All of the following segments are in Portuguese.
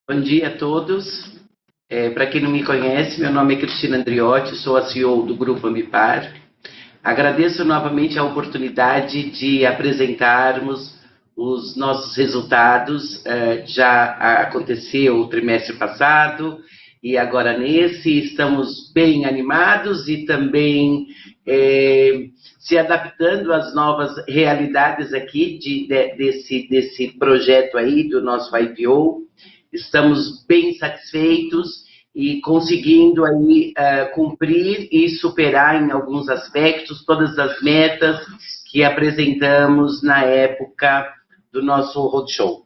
Bom dia a todos. Para quem não me conhece, meu nome é Cristina Andriotti, sou a CEO do Grupo Ambipar. Agradeço novamente a oportunidade de apresentarmos os nossos resultados. Já aconteceu o trimestre passado e agora nesse estamos bem animados e também se adaptando às novas realidades aqui desse projeto aí do nosso IPO. Estamos bem satisfeitos e conseguindo aí cumprir e superar em alguns aspectos todas as metas que apresentamos na época do nosso roadshow.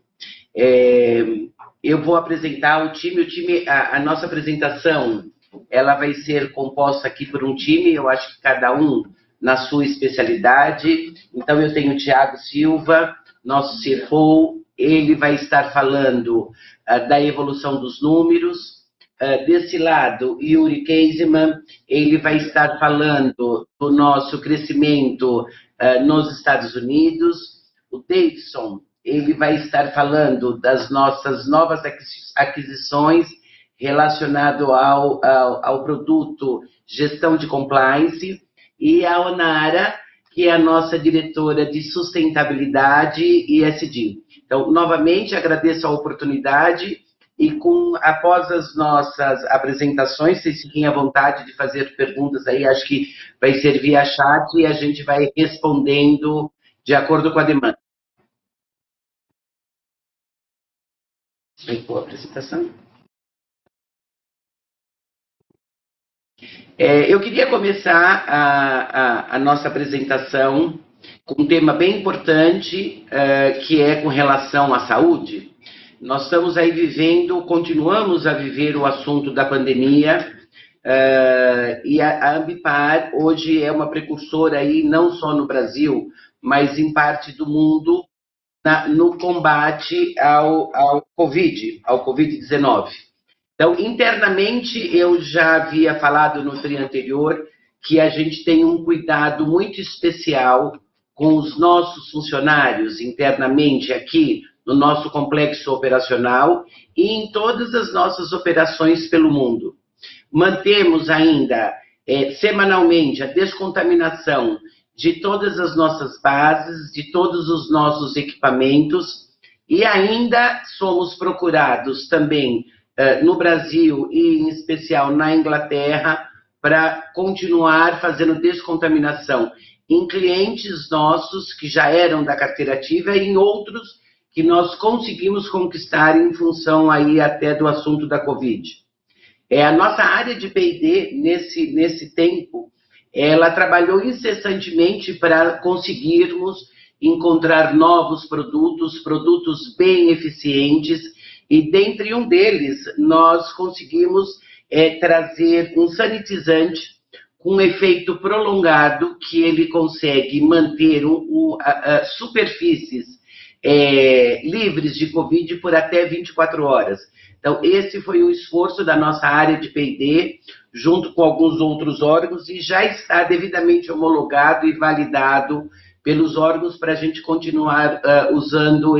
Eu vou apresentar o time, a nossa apresentação, ela vai ser composta aqui por um time, eu acho que cada um na sua especialidade. Então eu tenho o Thiago Silva, nosso CFO, ele vai estar falando da evolução dos números. Desse lado, Yuri Keiseman, ele vai estar falando do nosso crescimento nos Estados Unidos. O Davidson, ele vai estar falando das nossas novas aquisições relacionado ao produto gestão de compliance. E a Onara, que é a nossa diretora de sustentabilidade e ESG. Então, novamente, agradeço a oportunidade e após as nossas apresentações, vocês fiquem à vontade de fazer perguntas aí, acho que vai servir a chat e a gente vai respondendo de acordo com a demanda. Boa apresentação. Eu queria começar a nossa apresentação com um tema bem importante, que é com relação à saúde. Nós estamos aí continuamos a viver o assunto da pandemia, e a Ambipar hoje é uma precursora aí, não só no Brasil, mas em parte do mundo, no combate ao Covid-19. Então, internamente, eu já havia falado no TRI anterior que a gente tem um cuidado muito especial com os nossos funcionários internamente aqui no nosso complexo operacional e em todas as nossas operações pelo mundo. Mantemos ainda semanalmente a descontaminação de todas as nossas bases, de todos os nossos equipamentos e ainda somos procurados também no Brasil e em especial na Inglaterra para continuar fazendo descontaminação em clientes nossos que já eram da carteira ativa e em outros que nós conseguimos conquistar em função aí até do assunto da Covid. A nossa área de P&D nesse tempo, ela trabalhou incessantemente para conseguirmos encontrar novos produtos bem eficientes, e dentre um deles nós conseguimos trazer um sanitizante com efeito prolongado que ele consegue manter superfícies livres de Covid por até 24 horas. Então, esse foi o esforço da nossa área de P&D, junto com alguns outros órgãos, e já está devidamente homologado e validado pelos órgãos para a gente continuar usando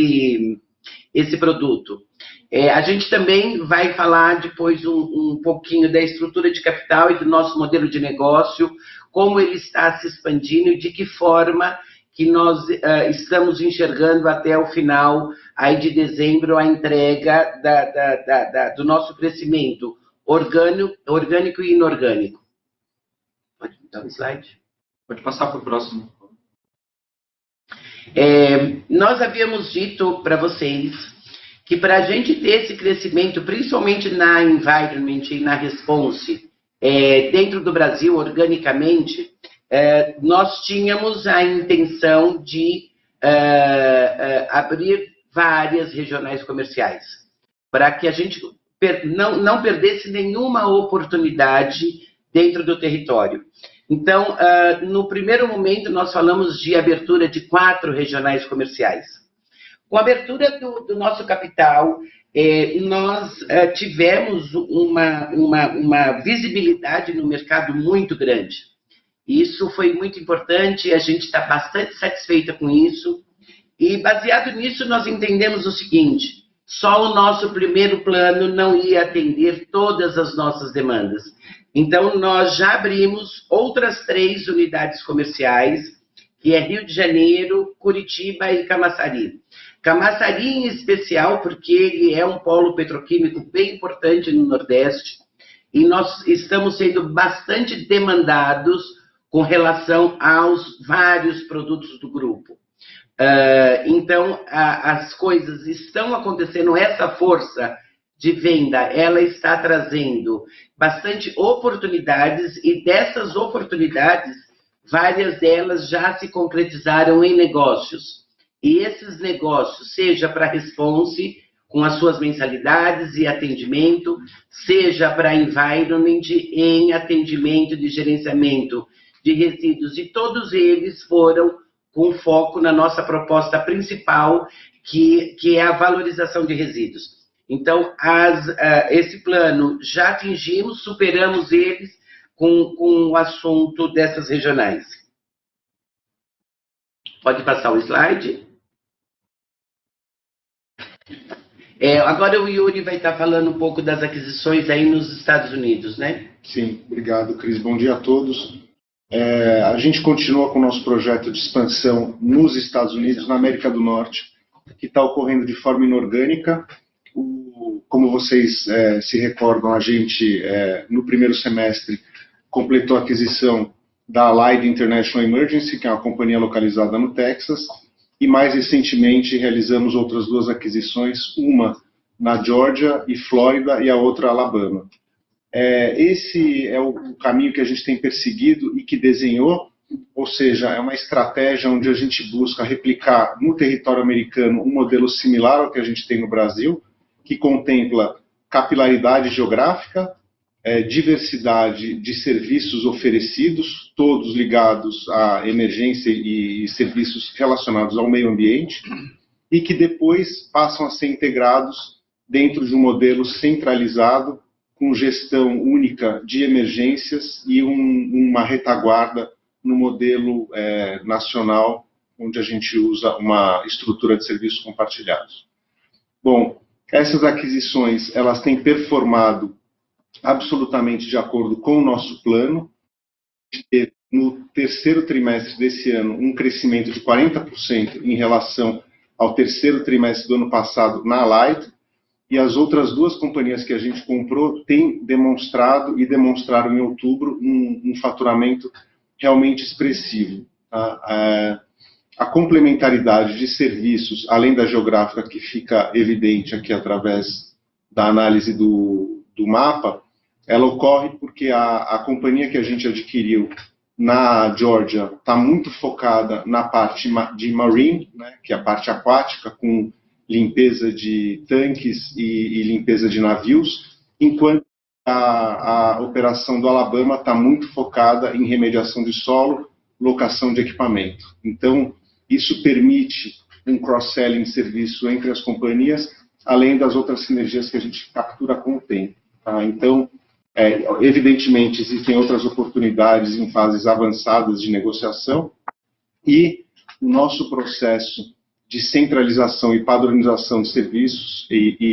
esse produto. A gente também vai falar depois um pouquinho da estrutura de capital e do nosso modelo de negócio, como ele está se expandindo e de que forma que nós estamos enxergando até o final aí de dezembro a entrega do nosso crescimento orgânico e inorgânico. Pode dar um slide? Pode passar para o próximo. Nós havíamos dito para vocês que para a gente ter esse crescimento, principalmente na Environment e na Response, dentro do Brasil, organicamente, nós tínhamos a intenção de abrir várias regionais comerciais, para que a gente não perdesse nenhuma oportunidade dentro do território. Então, no primeiro momento, nós falamos de abertura de 4 regionais comerciais. Com a abertura do nosso capital, nós tivemos uma visibilidade no mercado muito grande. Isso foi muito importante, a gente está bastante satisfeita com isso. E, baseado nisso, nós entendemos o seguinte, só o nosso primeiro plano não ia atender todas as nossas demandas. Então, nós já abrimos outras 3 unidades comerciais, que é Rio de Janeiro, Curitiba e Camaçari. Camaçari em especial, porque ele é um polo petroquímico bem importante no Nordeste, e nós estamos sendo bastante demandados com relação aos vários produtos do grupo. Então, as coisas estão acontecendo, essa força de venda, ela está trazendo bastante oportunidades, e dessas oportunidades, várias delas já se concretizaram em negócios. E esses negócios, seja para Response, com as suas mensalidades e atendimento, seja para Environment, em atendimento de gerenciamento de resíduos, e todos eles foram com foco na nossa proposta principal, que é a valorização de resíduos. Então, esse plano já atingimos, superamos eles com o assunto dessas regionais. Pode passar o slide. Agora o Yuri vai estar falando um pouco das aquisições aí nos Estados Unidos, né? Sim, obrigado, Cris. Bom dia a todos. A gente continua com o nosso projeto de expansão nos Estados Unidos, na América do Norte, que está ocorrendo de forma inorgânica. Como vocês se recordam, a gente, no primeiro semestre, completou a aquisição da Allied International Emergency, que é uma companhia localizada no Texas, e mais recentemente realizamos outras 2 aquisições, uma na Geórgia e Flórida e a outra Alabama. Esse é o caminho que a gente tem perseguido e que desenhou, ou seja, é uma estratégia onde a gente busca replicar no território americano um modelo similar ao que a gente tem no Brasil, que contempla capilaridade geográfica, diversidade de serviços oferecidos, todos ligados à emergência e serviços relacionados ao meio ambiente, e que depois passam a ser integrados dentro de um modelo centralizado, com gestão única de emergências e uma retaguarda no modelo nacional, onde a gente usa uma estrutura de serviços compartilhados. Bom, essas aquisições, elas têm performado absolutamente de acordo com o nosso plano. No terceiro trimestre desse ano, um crescimento de 40% em relação ao terceiro trimestre do ano passado na Allied, e as outras 2 companhias que a gente comprou têm demonstrado e demonstraram em outubro um faturamento realmente expressivo. A complementaridade de serviços, além da geográfica, que fica evidente aqui através da análise do mapa, ela ocorre porque a companhia que a gente adquiriu na Geórgia está muito focada na parte de marine, né, que é a parte aquática, com limpeza de tanques e limpeza de navios, enquanto a operação do Alabama está muito focada em remediação de solo, locação de equipamento. Então, isso permite um cross-selling de serviço entre as companhias, além das outras sinergias que a gente captura com o tempo. Tá? Então, evidentemente, existem outras oportunidades em fases avançadas de negociação, e o nosso processo de centralização e padronização de serviços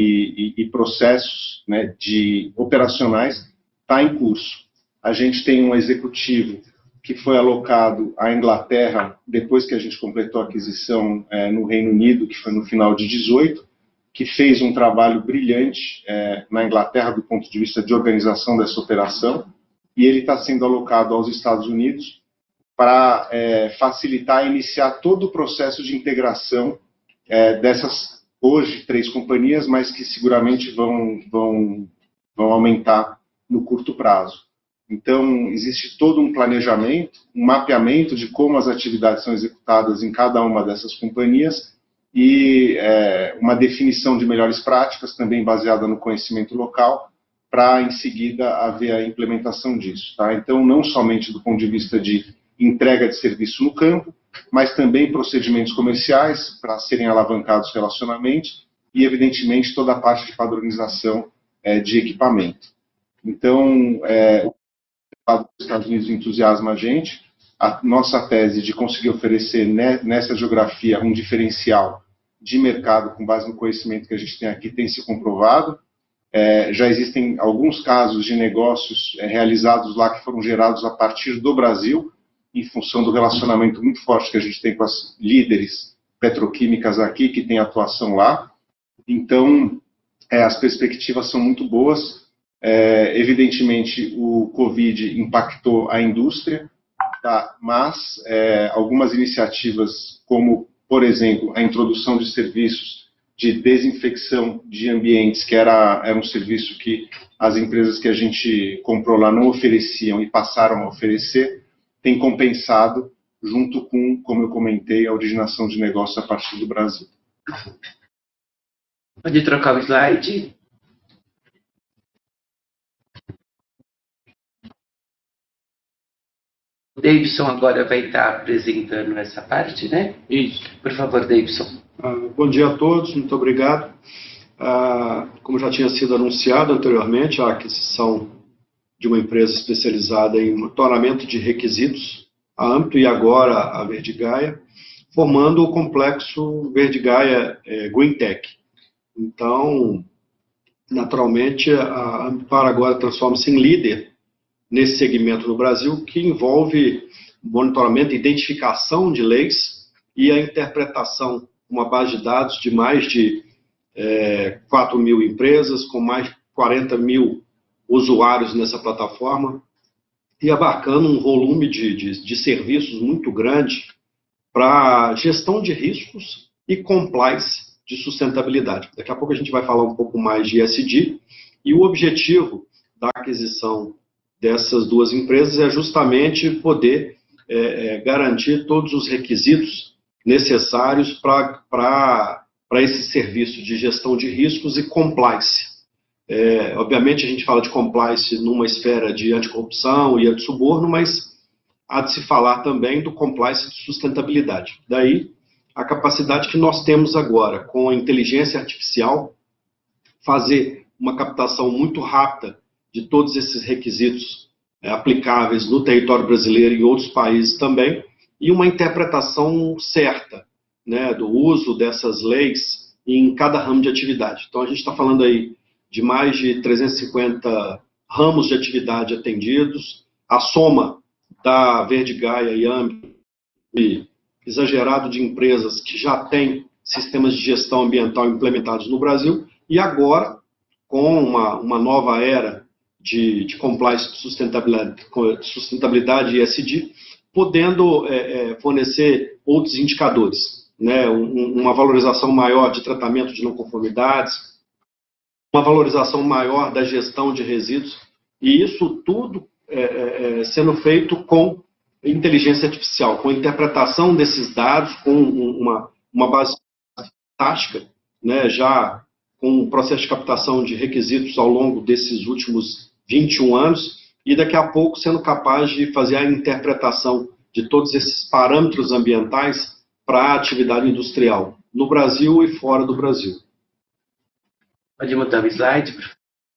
e processos, né, operacionais está em curso. A gente tem um executivo que foi alocado à Inglaterra depois que a gente completou a aquisição no Reino Unido, que foi no final de 2018, que fez um trabalho brilhante na Inglaterra do ponto de vista de organização dessa operação, e ele está sendo alocado aos Estados Unidos para facilitar e iniciar todo o processo de integração dessas, hoje, 3 companhias, mas que seguramente vão aumentar no curto prazo. Então, existe todo um planejamento, um mapeamento de como as atividades são executadas em cada uma dessas companhias e uma definição de melhores práticas, também baseada no conhecimento local, para, em seguida, haver a implementação disso. Tá? Então, não somente do ponto de vista de entrega de serviço no campo, mas também procedimentos comerciais para serem alavancados relacionalmente e, evidentemente, toda a parte de padronização de equipamento. Então, o dos Estados Unidos entusiasma a gente. A nossa tese de conseguir oferecer nessa geografia um diferencial de mercado, com base no conhecimento que a gente tem aqui, tem se comprovado. Já existem alguns casos de negócios realizados lá que foram gerados a partir do Brasil, em função do relacionamento muito forte que a gente tem com as líderes petroquímicas aqui, que tem atuação lá. Então, as perspectivas são muito boas. Evidentemente, o Covid impactou a indústria, tá? Mas algumas iniciativas, como, por exemplo, a introdução de serviços de desinfecção de ambientes, que era um serviço que as empresas que a gente comprou lá não ofereciam e passaram a oferecer, tem compensado, junto com, como eu comentei, a originação de negócios a partir do Brasil. Pode trocar o slide. O Davidson agora vai estar apresentando essa parte, né? Isso. Por favor, Davidson. Bom dia a todos, muito obrigado. Como já tinha sido anunciado anteriormente, a aquisição de uma empresa especializada em monitoramento de requisitos, a Ampto e agora a Verdigaia, formando o complexo Verdigaia GreenTech. Então, naturalmente, a Ambipar agora transforma-se em líder nesse segmento no Brasil, que envolve monitoramento e identificação de leis e a interpretação, uma base de dados de mais de 4 mil empresas, com mais de 40 mil usuários nessa plataforma, e abarcando um volume de serviços muito grande para gestão de riscos e compliance de sustentabilidade. Daqui a pouco a gente vai falar um pouco mais de ESG, e o objetivo da aquisição dessas duas empresas é justamente poder garantir todos os requisitos necessários para esse serviço de gestão de riscos e compliance. Obviamente a gente fala de compliance numa esfera de anticorrupção e antissuborno, mas há de se falar também do compliance de sustentabilidade. Daí a capacidade que nós temos agora, com a inteligência artificial, fazer uma captação muito rápida de todos esses requisitos aplicáveis no território brasileiro e em outros países também, e uma interpretação certa, né, do uso dessas leis em cada ramo de atividade. Então a gente está falando aí de mais de 350 ramos de atividade atendidos, a soma da Verdigaia e Ampto, exagerado de empresas que já têm sistemas de gestão ambiental implementados no Brasil, e agora, com uma nova era de compliance de sustentabilidade e ESG, podendo fornecer outros indicadores, né? Uma valorização maior de tratamento de não conformidades, uma valorização maior da gestão de resíduos, e isso tudo sendo feito com inteligência artificial, com interpretação desses dados, com uma base fantástica, né, já com um processo de captação de requisitos ao longo desses últimos 21 anos, e daqui a pouco sendo capaz de fazer a interpretação de todos esses parâmetros ambientais para a atividade industrial, no Brasil e fora do Brasil. Pode mudar o slide, por favor.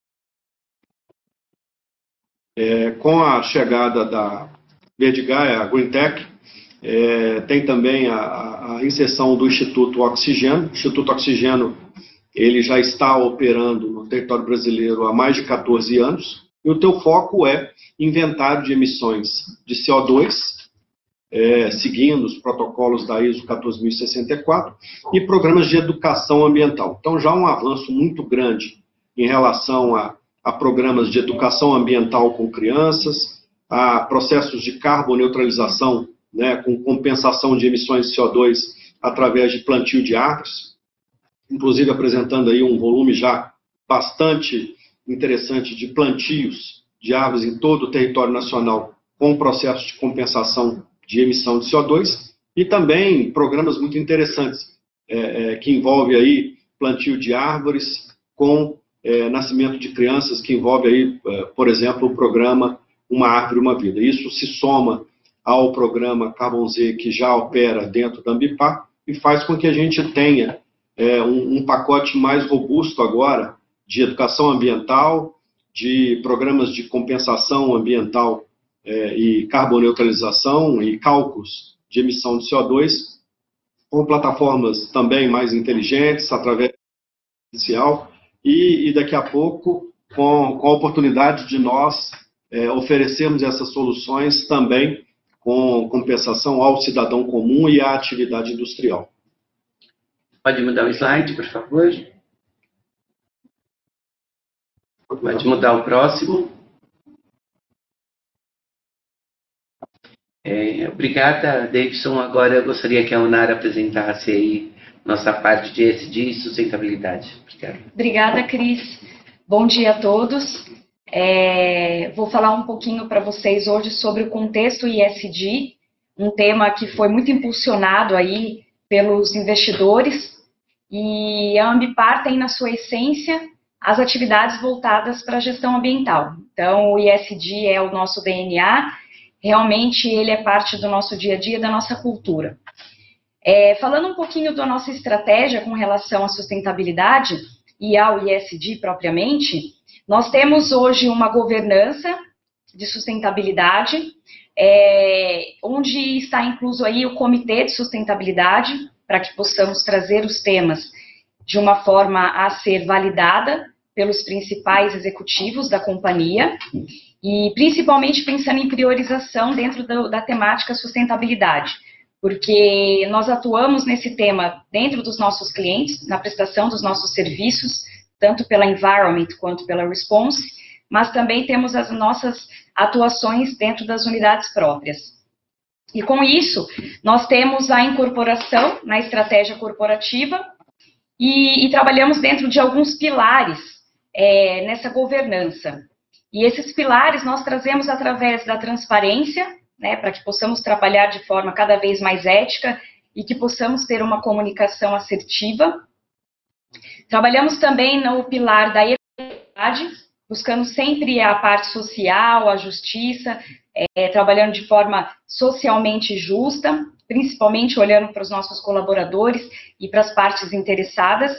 Com a chegada da Verdigaia, a GreenTech, tem também a inserção do Instituto Oxigênio. O Instituto Oxigênio ele já está operando no território brasileiro há mais de 14 anos, e o teu foco é inventário de emissões de CO2, seguindo os protocolos da ISO 14064, e programas de educação ambiental. Então, já um avanço muito grande em relação a programas de educação ambiental com crianças, a processos de carboneutralização, né, com compensação de emissões de CO2 através de plantio de árvores, inclusive apresentando aí um volume já bastante interessante de plantios de árvores em todo o território nacional, com processo de compensação de emissão de CO2, e também programas muito interessantes, que envolve aí plantio de árvores com nascimento de crianças, que envolve aí, por exemplo, o programa Uma Árvore, Uma Vida. Isso se soma ao programa Carbon Z, que já opera dentro da Ambipar, e faz com que a gente tenha um pacote mais robusto agora de educação ambiental, de programas de compensação ambiental e carboneutralização e cálculos de emissão de CO2, com plataformas também mais inteligentes, através do artificial, e daqui a pouco com a oportunidade de nós oferecermos essas soluções também com compensação ao cidadão comum e à atividade industrial. Pode mudar o slide, por favor? Pode mudar o próximo. Obrigada, Davidson. Agora eu gostaria que a Onara apresentasse aí nossa parte de ESG e sustentabilidade. Obrigada. Obrigada, Cris. Bom dia a todos. Vou falar um pouquinho para vocês hoje sobre o contexto ESG, um tema que foi muito impulsionado aí pelos investidores, e a Ambipar tem na sua essência as atividades voltadas para a gestão ambiental. Então, o ESG é o nosso DNA, realmente ele é parte do nosso dia a dia, da nossa cultura. Falando um pouquinho da nossa estratégia com relação à sustentabilidade e ao ESG propriamente, nós temos hoje uma governança de sustentabilidade, onde está incluso aí o Comitê de Sustentabilidade, para que possamos trazer os temas de uma forma a ser validada pelos principais executivos da companhia, e principalmente pensando em priorização dentro da temática sustentabilidade, porque nós atuamos nesse tema dentro dos nossos clientes, na prestação dos nossos serviços, tanto pela Environment quanto pela Response, mas também temos as nossas atuações dentro das unidades próprias. E com isso, nós temos a incorporação na estratégia corporativa e trabalhamos dentro de alguns pilares nessa governança. E esses pilares nós trazemos através da transparência, né, para que possamos trabalhar de forma cada vez mais ética e que possamos ter uma comunicação assertiva. Trabalhamos também no pilar da equidade, buscando sempre a parte social, a justiça, trabalhando de forma socialmente justa, principalmente olhando para os nossos colaboradores e para as partes interessadas.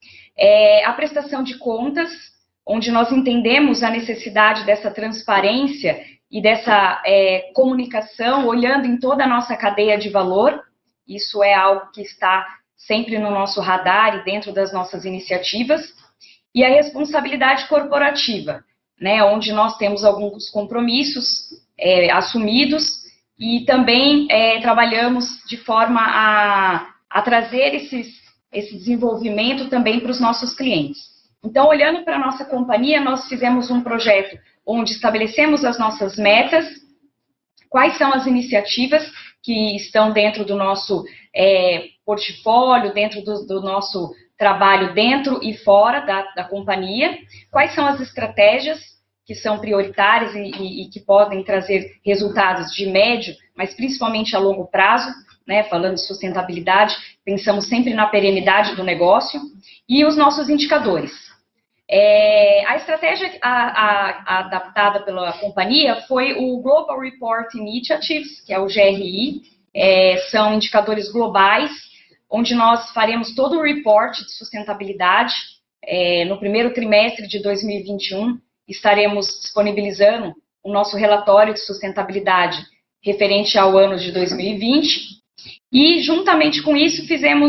A prestação de contas, onde nós entendemos a necessidade dessa transparência e dessa comunicação, olhando em toda a nossa cadeia de valor. Isso é algo que está sempre no nosso radar e dentro das nossas iniciativas. E a responsabilidade corporativa, né, onde nós temos alguns compromissos assumidos e também trabalhamos de forma a trazer esse desenvolvimento também para os nossos clientes. Então, olhando para a nossa companhia, nós fizemos um projeto onde estabelecemos as nossas metas, quais são as iniciativas que estão dentro do nosso portfólio, dentro do nosso trabalho dentro e fora da companhia, quais são as estratégias que são prioritárias e que podem trazer resultados de médio, mas principalmente a longo prazo, né, falando de sustentabilidade, pensamos sempre na perenidade do negócio, e os nossos indicadores. A estratégia adaptada pela companhia foi o Global Report Initiatives, que é o GRI, são indicadores globais, onde nós faremos todo o report de sustentabilidade. No primeiro trimestre de 2021, estaremos disponibilizando o nosso relatório de sustentabilidade referente ao ano de 2020, e juntamente com isso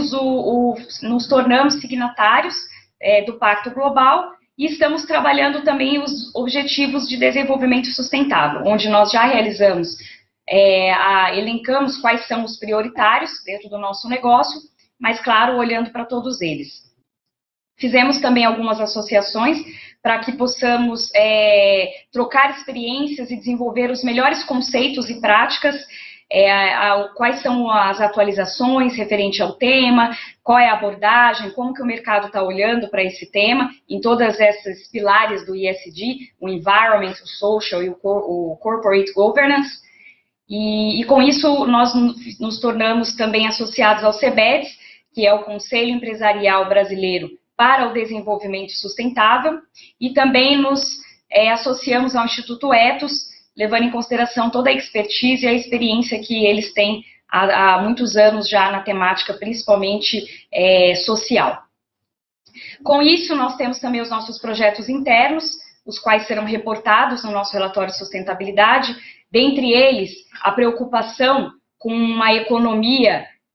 nos tornamos signatários do Pacto Global e estamos trabalhando também os Objetivos de Desenvolvimento Sustentável, onde nós já realizamos, elencamos quais são os prioritários dentro do nosso negócio, mas claro, olhando para todos eles. Fizemos também algumas associações para que possamos trocar experiências e desenvolver os melhores conceitos e práticas, quais são as atualizações referente ao tema, qual é a abordagem, como que o mercado está olhando para esse tema, em todas esses pilares do ESG, o Environment, o Social e o Corporate Governance, e com isso nós nos tornamos também associados ao CEBEDS, que é o Conselho Empresarial Brasileiro para o Desenvolvimento Sustentável, e também nos associamos ao Instituto Ethos, levando em consideração toda a expertise e a experiência que eles têm há muitos anos já na temática, principalmente social. Com isso, nós temos também os nossos projetos internos, os quais serão reportados no nosso relatório de sustentabilidade, dentre eles a preocupação com uma economia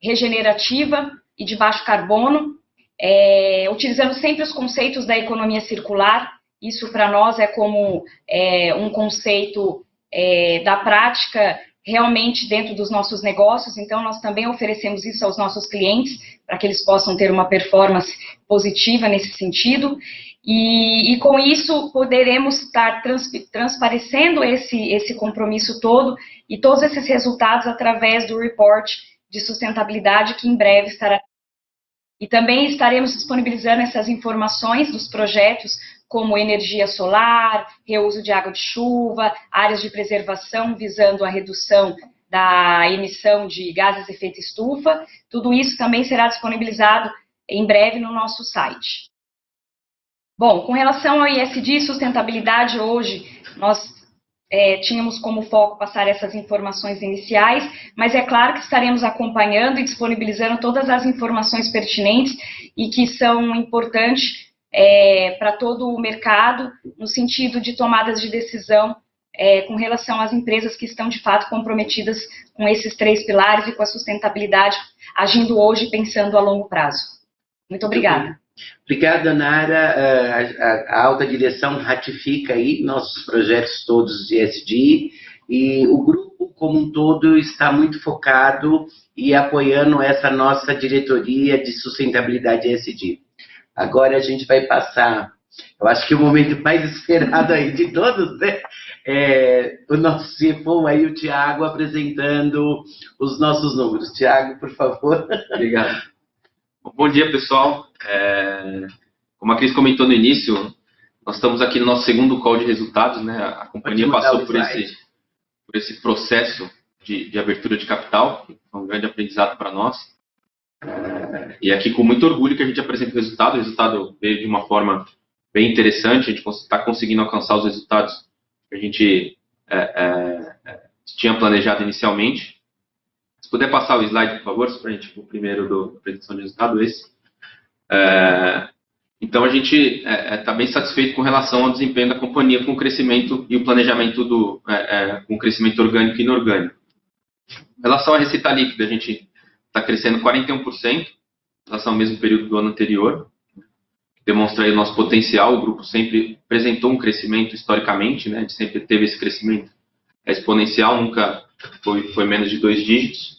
regenerativa e de baixo carbono, utilizando sempre os conceitos da economia circular. Isso para nós é como um conceito da prática realmente dentro dos nossos negócios, então nós também oferecemos isso aos nossos clientes, para que eles possam ter uma performance positiva nesse sentido, e com isso poderemos estar transparecendo esse compromisso todo e todos esses resultados através do report de sustentabilidade que em breve estará. E também estaremos disponibilizando essas informações dos projetos, como energia solar, reuso de água de chuva, áreas de preservação visando a redução da emissão de gases de efeito estufa. Tudo isso também será disponibilizado em breve no nosso site. Bom, com relação ao ESG, sustentabilidade, hoje nós tínhamos como foco passar essas informações iniciais, mas é claro que estaremos acompanhando e disponibilizando todas as informações pertinentes e que são importantes para todo o mercado, no sentido de tomadas de decisão com relação às empresas que estão, de fato, comprometidas com esses 3 pilares e com a sustentabilidade, agindo hoje e pensando a longo prazo. Muito obrigada. Obrigada, Nara. A alta direção ratifica aí nossos projetos todos de ESG e o grupo como um todo está muito focado e apoiando essa nossa diretoria de sustentabilidade ESG. Agora a gente vai passar, eu acho que o momento mais esperado aí de todos, né? O nosso CFO aí, o Thiago, apresentando os nossos números. Thiago, por favor. Obrigado. Bom dia, pessoal. Como a Cris comentou no início, nós estamos aqui no nosso segundo call de resultados, né? A companhia passou por esse processo de abertura de capital, que foi um grande aprendizado para nós. E aqui com muito orgulho que a gente apresenta o resultado veio de uma forma bem interessante, a gente está conseguindo alcançar os resultados que a gente tinha planejado inicialmente. Se puder passar o slide, por favor, para a gente, o primeiro da apresentação de resultado, esse. Então, a gente está bem satisfeito com relação ao desempenho da companhia com o crescimento e o planejamento com o crescimento orgânico e inorgânico. Em relação à receita líquida, a gente está crescendo 41% em relação ao mesmo período do ano anterior. Demonstra aí o nosso potencial. O grupo sempre apresentou um crescimento historicamente, né? A gente sempre teve esse crescimento exponencial, nunca foi menos de 2 dígitos.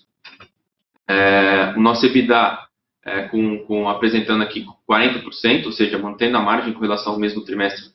O nosso EBITDA apresentando aqui 40%, ou seja, mantendo a margem com relação ao mesmo trimestre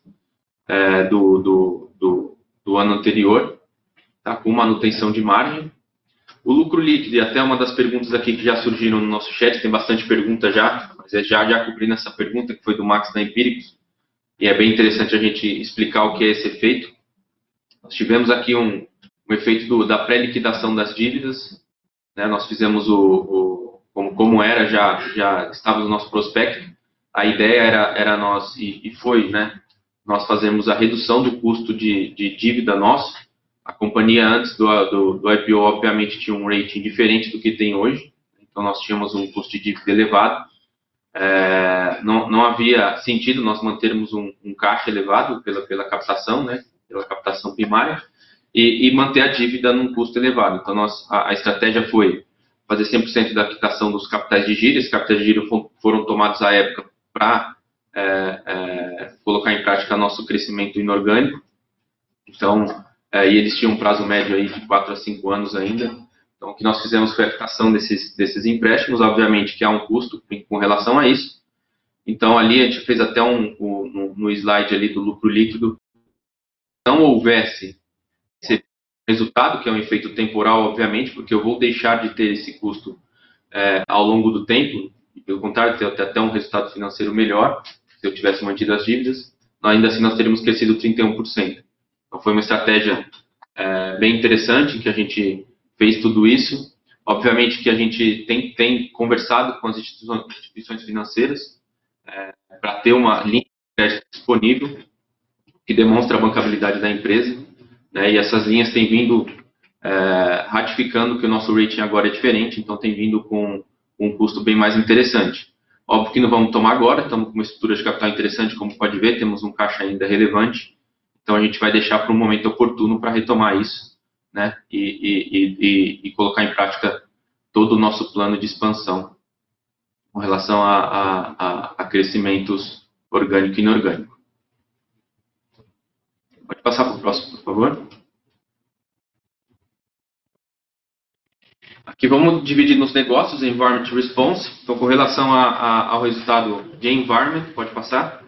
do ano anterior, tá? Com manutenção de margem. O lucro líquido, e até uma das perguntas aqui que já surgiram no nosso chat, tem bastante pergunta já, mas já cobrindo essa pergunta, que foi do Max da Empíricos, e é bem interessante a gente explicar o que é esse efeito. Nós tivemos aqui um efeito da pré-liquidação das dívidas, né? Nós fizemos como era, já estava no nosso prospecto. A ideia era nós, e foi, né? Nós fazemos a redução do custo de dívida nosso. A companhia antes do IPO, obviamente, tinha um rating diferente do que tem hoje. Então, nós tínhamos um custo de dívida elevado. Não havia sentido nós mantermos um caixa elevado pela captação, né? Pela captação primária, e manter a dívida num custo elevado. Então, a estratégia foi fazer 100% da quitação dos capitais de giro. Esses capitais de giro foram tomados à época para colocar em prática nosso crescimento inorgânico. Então, e eles tinham um prazo médio aí de 4 a 5 anos ainda. Então, o que nós fizemos foi a quitação desses empréstimos. Obviamente que há um custo com relação a isso. Então, ali a gente fez até no slide ali do lucro líquido. Se não houvesse esse resultado, que é um efeito temporal, obviamente, porque eu vou deixar de ter esse custo ao longo do tempo, e pelo contrário, ter até um resultado financeiro melhor, se eu tivesse mantido as dívidas, ainda assim nós teríamos crescido 31%. Então foi uma estratégia bem interessante, em que a gente fez tudo isso. Obviamente que a gente tem conversado com as instituições financeiras para ter uma linha de crédito disponível que demonstra a bancabilidade da empresa, né? E essas linhas têm vindo ratificando que o nosso rating agora é diferente, então tem vindo com um custo bem mais interessante. Óbvio que não vamos tomar agora, estamos com uma estrutura de capital interessante, como pode ver, temos um caixa ainda relevante, então a gente vai deixar para um momento oportuno para retomar isso, né? E colocar em prática todo o nosso plano de expansão com relação a crescimentos orgânico e inorgânico. Pode passar para o próximo, por favor. Aqui vamos dividir nos negócios, Environment Response. Então, com relação ao resultado de Environment, pode passar.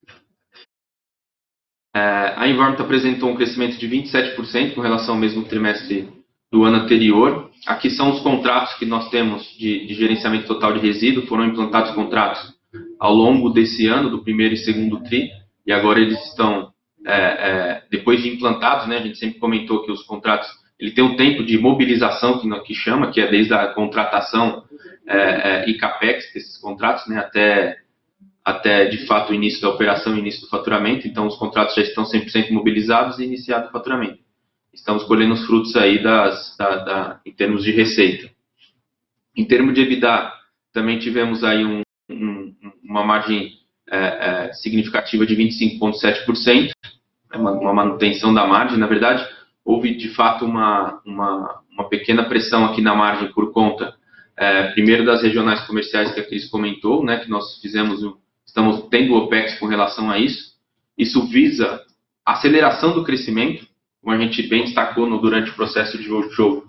A Environment apresentou um crescimento de 27% com relação ao mesmo trimestre do ano anterior. Aqui são os contratos que nós temos de gerenciamento total de resíduo. Foram implantados contratos ao longo desse ano, do primeiro e segundo TRI, e agora eles estão, depois de implantados, né, a gente sempre comentou que os contratos, ele tem um tempo de mobilização que chama, que é desde a contratação e CAPEX desses contratos, né, até de fato o início da operação, o início do faturamento. Então os contratos já estão 100% mobilizados e iniciado o faturamento. Estamos colhendo os frutos aí em termos de receita. Em termos de EBITDA, também tivemos aí uma margem significativa de 25,7%, uma manutenção da margem. Na verdade, houve de fato uma pequena pressão aqui na margem por conta, primeiro das regionais comerciais que a Cris comentou, né, que nós estamos tendo OPEX com relação a isso. Isso visa a aceleração do crescimento, como a gente bem destacou durante o processo de roadshow.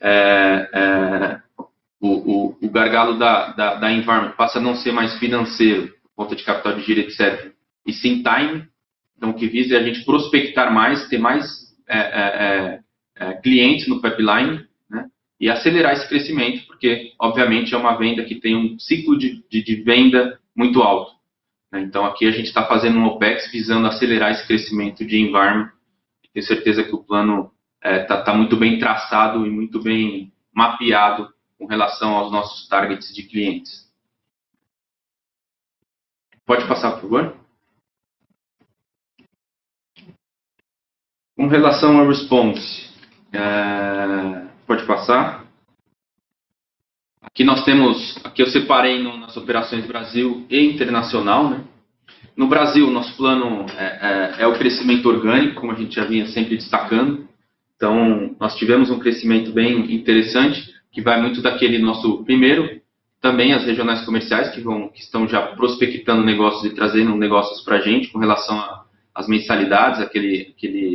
O gargalo da Environment passa a não ser mais financeiro, por conta de capital de giro, etc., e sim time. Então, o que visa é a gente prospectar mais, ter mais clientes no pipeline, né, e acelerar esse crescimento, porque, obviamente, é uma venda que tem um ciclo de venda muito alto. Né? Então, aqui a gente está fazendo um OPEX visando acelerar esse crescimento de Environment. Tenho certeza que o plano está muito bem traçado e muito bem mapeado com relação aos nossos targets de clientes. Pode passar, por favor. Com relação ao response, pode passar. Aqui eu separei nas operações Brasil e internacional, né? No Brasil, nosso plano é o crescimento orgânico, como a gente já vinha sempre destacando. Então, nós tivemos um crescimento bem interessante, que vai muito daquele nosso primeiro, também as regionais comerciais, que estão já prospectando negócios e trazendo negócios para a gente com relação às mensalidades, aquele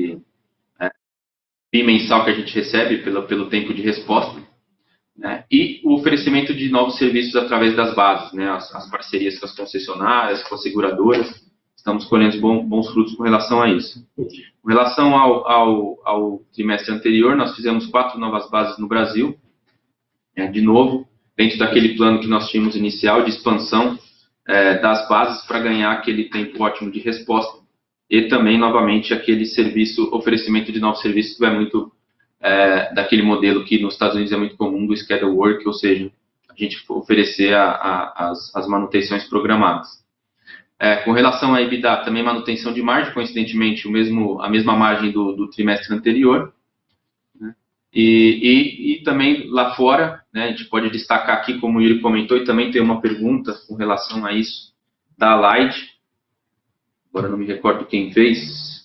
FII mensal que a gente recebe pelo tempo de resposta, né? E o oferecimento de novos serviços através das bases, né? As parcerias com as concessionárias, com as seguradoras. Estamos colhendo bons frutos com relação a isso. Com relação ao trimestre anterior, nós fizemos 4 novas bases no Brasil, de novo, dentro daquele plano que nós tínhamos inicial de expansão das bases para ganhar aquele tempo ótimo de resposta, e também, novamente, aquele oferecimento de novos serviços que vai muito daquele modelo que nos Estados Unidos é muito comum, do schedule work, ou seja, a gente oferecer as manutenções programadas. Com relação à EBITDA, também manutenção de margem, coincidentemente, a mesma margem do trimestre anterior, né? E também lá fora, né, a gente pode destacar aqui, como o Yuri comentou, e também tem uma pergunta com relação a isso, da Allied, agora não me recordo quem fez,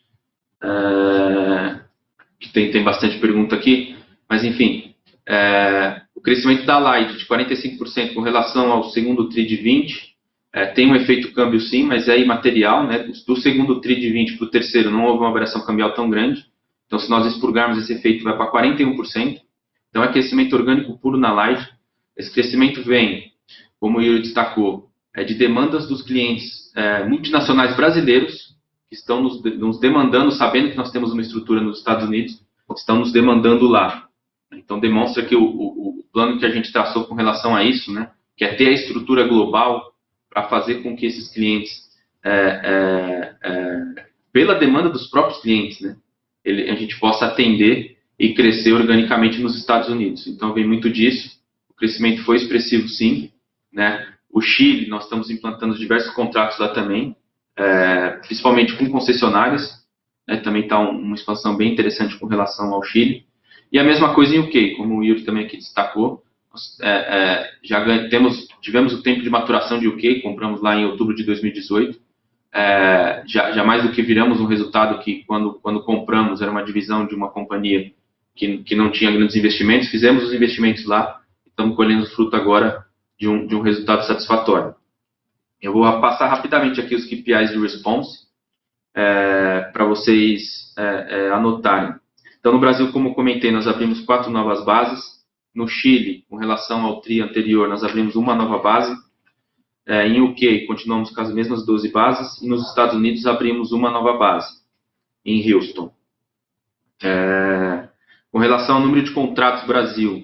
que tem bastante pergunta aqui, mas enfim, o crescimento da Allied de 45% com relação ao segundo TRI de 20%, tem um efeito câmbio sim, mas é imaterial, né? Do segundo TRI de 20 para o terceiro não houve uma variação cambial tão grande, então se nós expurgarmos esse efeito vai para 41%, então é crescimento orgânico puro na Allied. Esse crescimento vem, como o Yuri destacou, de demandas dos clientes multinacionais brasileiros, que estão nos demandando, sabendo que nós temos uma estrutura nos Estados Unidos, estão nos demandando lá. Então demonstra que o plano que a gente traçou com relação a isso, né, que é ter a estrutura global para fazer com que esses clientes, pela demanda dos próprios clientes, né, a gente possa atender e crescer organicamente nos Estados Unidos. Então vem muito disso, o crescimento foi expressivo sim, né? O Chile, nós estamos implantando diversos contratos lá também, principalmente com concessionárias, né? Também está uma expansão bem interessante com relação ao Chile. E a mesma coisa em UK, como o Yuri também aqui destacou, tivemos o tempo de maturação de UK, compramos lá em outubro de 2018, já mais do que viramos um resultado que quando compramos era uma divisão de uma companhia que não tinha grandes investimentos, fizemos os investimentos lá estamos colhendo o fruto agora de um resultado satisfatório. Eu vou passar rapidamente aqui os KPIs de Response, para vocês anotarem. Então, no Brasil, como eu comentei, nós abrimos 4 novas bases. No Chile, com relação ao TRI anterior, nós abrimos uma nova base. Em UK, continuamos com as mesmas 12 bases. E nos Estados Unidos, abrimos uma nova base, em Houston. Com relação ao número de contratos Brasil,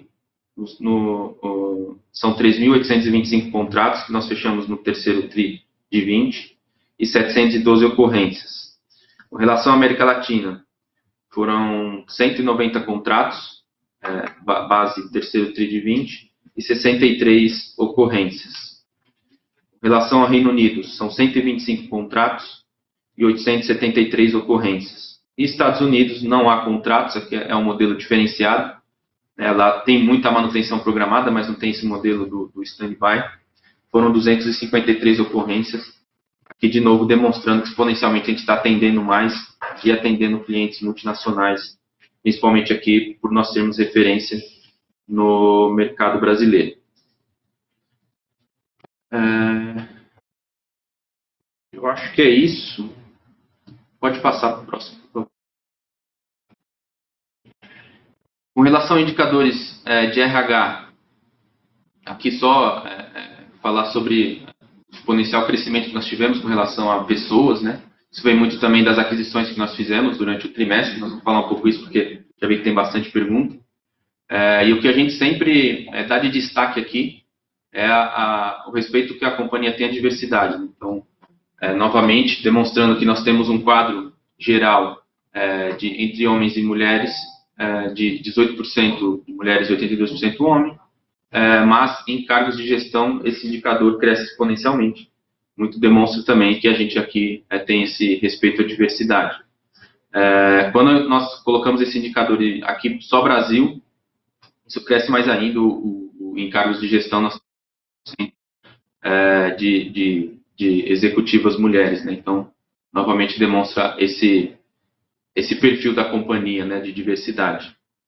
são 3.825 contratos que nós fechamos no terceiro TRI de 20 e 712 ocorrências. Com relação à América Latina, foram 190 contratos, base terceiro TRI de 20 e 63 ocorrências. Com relação ao Reino Unido, são 125 contratos e 873 ocorrências. E Estados Unidos não há contratos, aqui é um modelo diferenciado. Ela tem muita manutenção programada, mas não tem esse modelo do stand-by. Foram 253 ocorrências, aqui de novo demonstrando que exponencialmente a gente está atendendo mais e atendendo clientes multinacionais, principalmente aqui por nós termos referência no mercado brasileiro. Eu acho que é isso. Pode passar para o próximo. Com relação a indicadores de RH, aqui só falar sobre o exponencial crescimento que nós tivemos com relação a pessoas, né? Isso vem muito também das aquisições que nós fizemos durante o trimestre. Nós vamos falar um pouco isso porque já vi que tem bastante pergunta. E o que a gente sempre dá de destaque aqui é o respeito que a companhia tem à diversidade. Então, novamente, demonstrando que nós temos um quadro geral entre homens e mulheres, de 18% de mulheres e 82% homens, mas em cargos de gestão esse indicador cresce exponencialmente. Muito demonstra também que a gente aqui tem esse respeito à diversidade. Quando nós colocamos esse indicador aqui só Brasil, isso cresce mais ainda. Em cargos de gestão nós temos de executivas mulheres, né? Então, novamente demonstra esse perfil da companhia, né, de diversidade.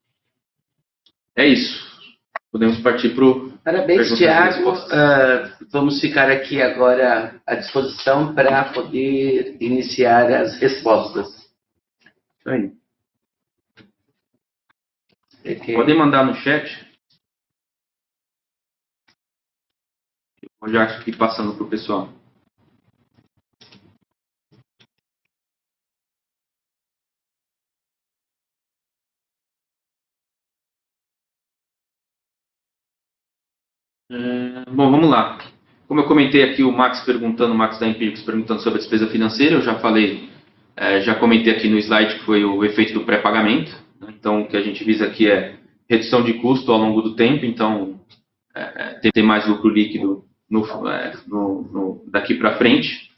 É isso. Podemos partir para o... Parabéns, Tiago. Vamos ficar aqui agora à disposição para poder iniciar as respostas. Isso aí. Podem mandar no chat. Eu vou já aqui passando para o pessoal. Bom, vamos lá. Como eu comentei aqui, o Max da Empíricos perguntando sobre a despesa financeira, eu já falei, já comentei aqui no slide que foi o efeito do pré-pagamento. Né? Então, o que a gente visa aqui é redução de custo ao longo do tempo, então, ter mais lucro líquido daqui para frente.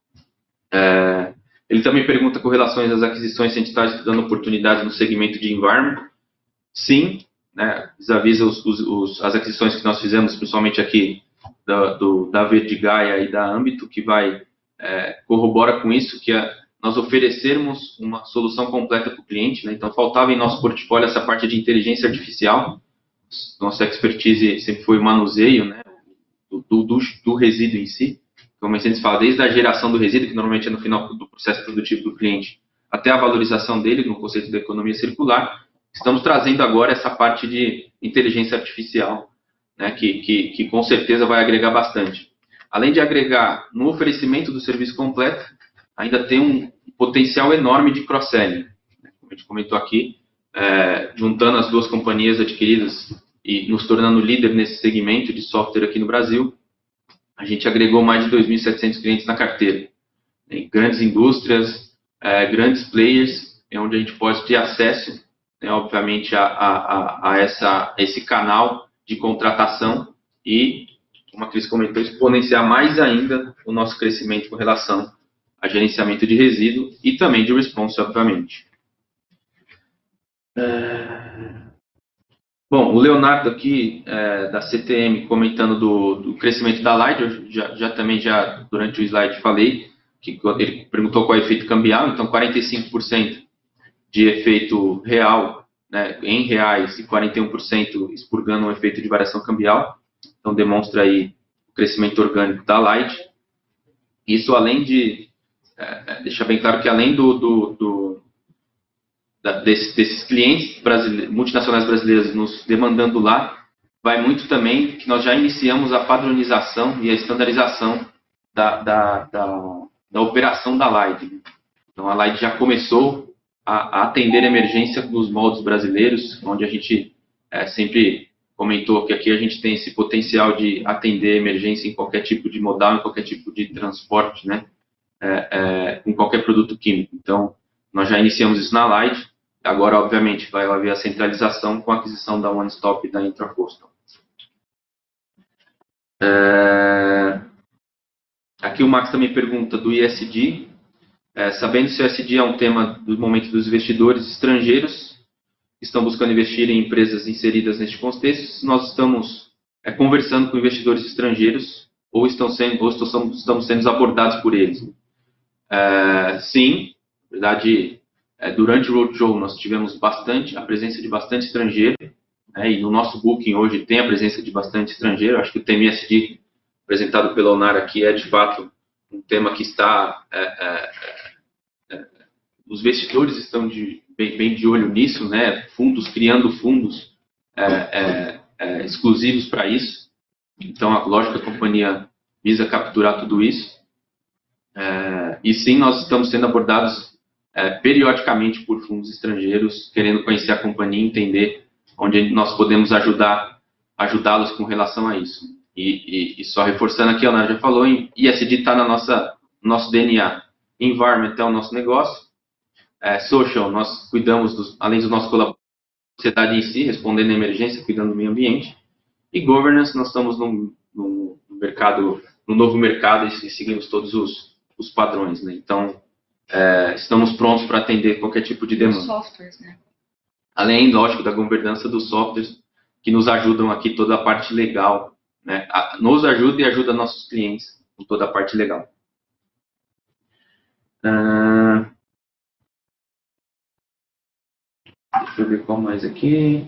Ele também pergunta com relação às aquisições, se a gente está estudando oportunidades no segmento de environment. Sim. Né, vis-à-vis as aquisições que nós fizemos, principalmente aqui da Verdigaia e da Âmbito, que corrobora com isso, que nós oferecermos uma solução completa para o cliente. Né, então, faltava em nosso portfólio essa parte de inteligência artificial. Nossa expertise sempre foi o manuseio, né, do resíduo em si. Como a gente fala, desde a geração do resíduo, que normalmente é no final do processo produtivo do cliente, até a valorização dele no conceito da economia circular. Estamos trazendo agora essa parte de inteligência artificial, né, que com certeza vai agregar bastante. Além de agregar no oferecimento do serviço completo, ainda tem um potencial enorme de cross-selling. Como a gente comentou aqui, juntando as duas companhias adquiridas e nos tornando líder nesse segmento de software aqui no Brasil, a gente agregou mais de 2.700 clientes na carteira. Em grandes indústrias, grandes players, onde a gente pode ter acesso, obviamente, a esse canal de contratação e, como a Cris comentou, exponenciar mais ainda o nosso crescimento com relação a gerenciamento de resíduo e também de response, obviamente. Bom, o Leonardo aqui, da CTM, comentando do crescimento da Light, eu também durante o slide falei, que ele perguntou qual é o efeito cambial, então 45% de efeito real, né, em reais e 41% expurgando um efeito de variação cambial. Então demonstra aí o crescimento orgânico da Light. Isso além de, deixar bem claro que além desses clientes multinacionais brasileiros nos demandando lá, vai muito também que nós já iniciamos a padronização e a estandarização da operação da Light. Então a Light já começou a atender a emergência dos moldes brasileiros, onde a gente sempre comentou que aqui a gente tem esse potencial de atender emergência em qualquer tipo de modal, em qualquer tipo de transporte, né, com qualquer produto químico. Então, nós já iniciamos isso na Light, agora, obviamente, vai haver a centralização com a aquisição da One Stop e da Intracoastal. Aqui o Max também pergunta do ISD, sabendo se o ISD é um tema do momento dos investidores estrangeiros, estão buscando investir em empresas inseridas neste contexto, nós estamos conversando com investidores estrangeiros ou estamos sendo abordados por eles. Sim, na verdade, durante o Roadshow nós tivemos a presença de bastante estrangeiro, e no nosso booking hoje tem a presença de bastante estrangeiro. Acho que o tema ISD apresentado pela Onar aqui é de fato um tema que está... os investidores estão bem de olho nisso, né? Criando fundos exclusivos para isso. Então, lógico que a companhia visa capturar tudo isso. E sim, nós estamos sendo abordados periodicamente por fundos estrangeiros, querendo conhecer a companhia e entender onde nós podemos ajudá-los com relação a isso. E só reforçando aqui, a Ana já falou, ISD está no nosso DNA. Environment é o nosso negócio. Social, nós cuidamos, além dos nossos colaboradores, da sociedade em si, respondendo à emergência, cuidando do meio ambiente. E governance, nós estamos num novo mercado e seguimos todos os padrões, né? Então, estamos prontos para atender qualquer tipo de demanda. Softwares, né? Além, lógico, da governança dos softwares, que nos ajudam aqui toda a parte legal, né? Nos ajuda e ajuda nossos clientes com toda a parte legal. Deixa eu ver qual mais aqui.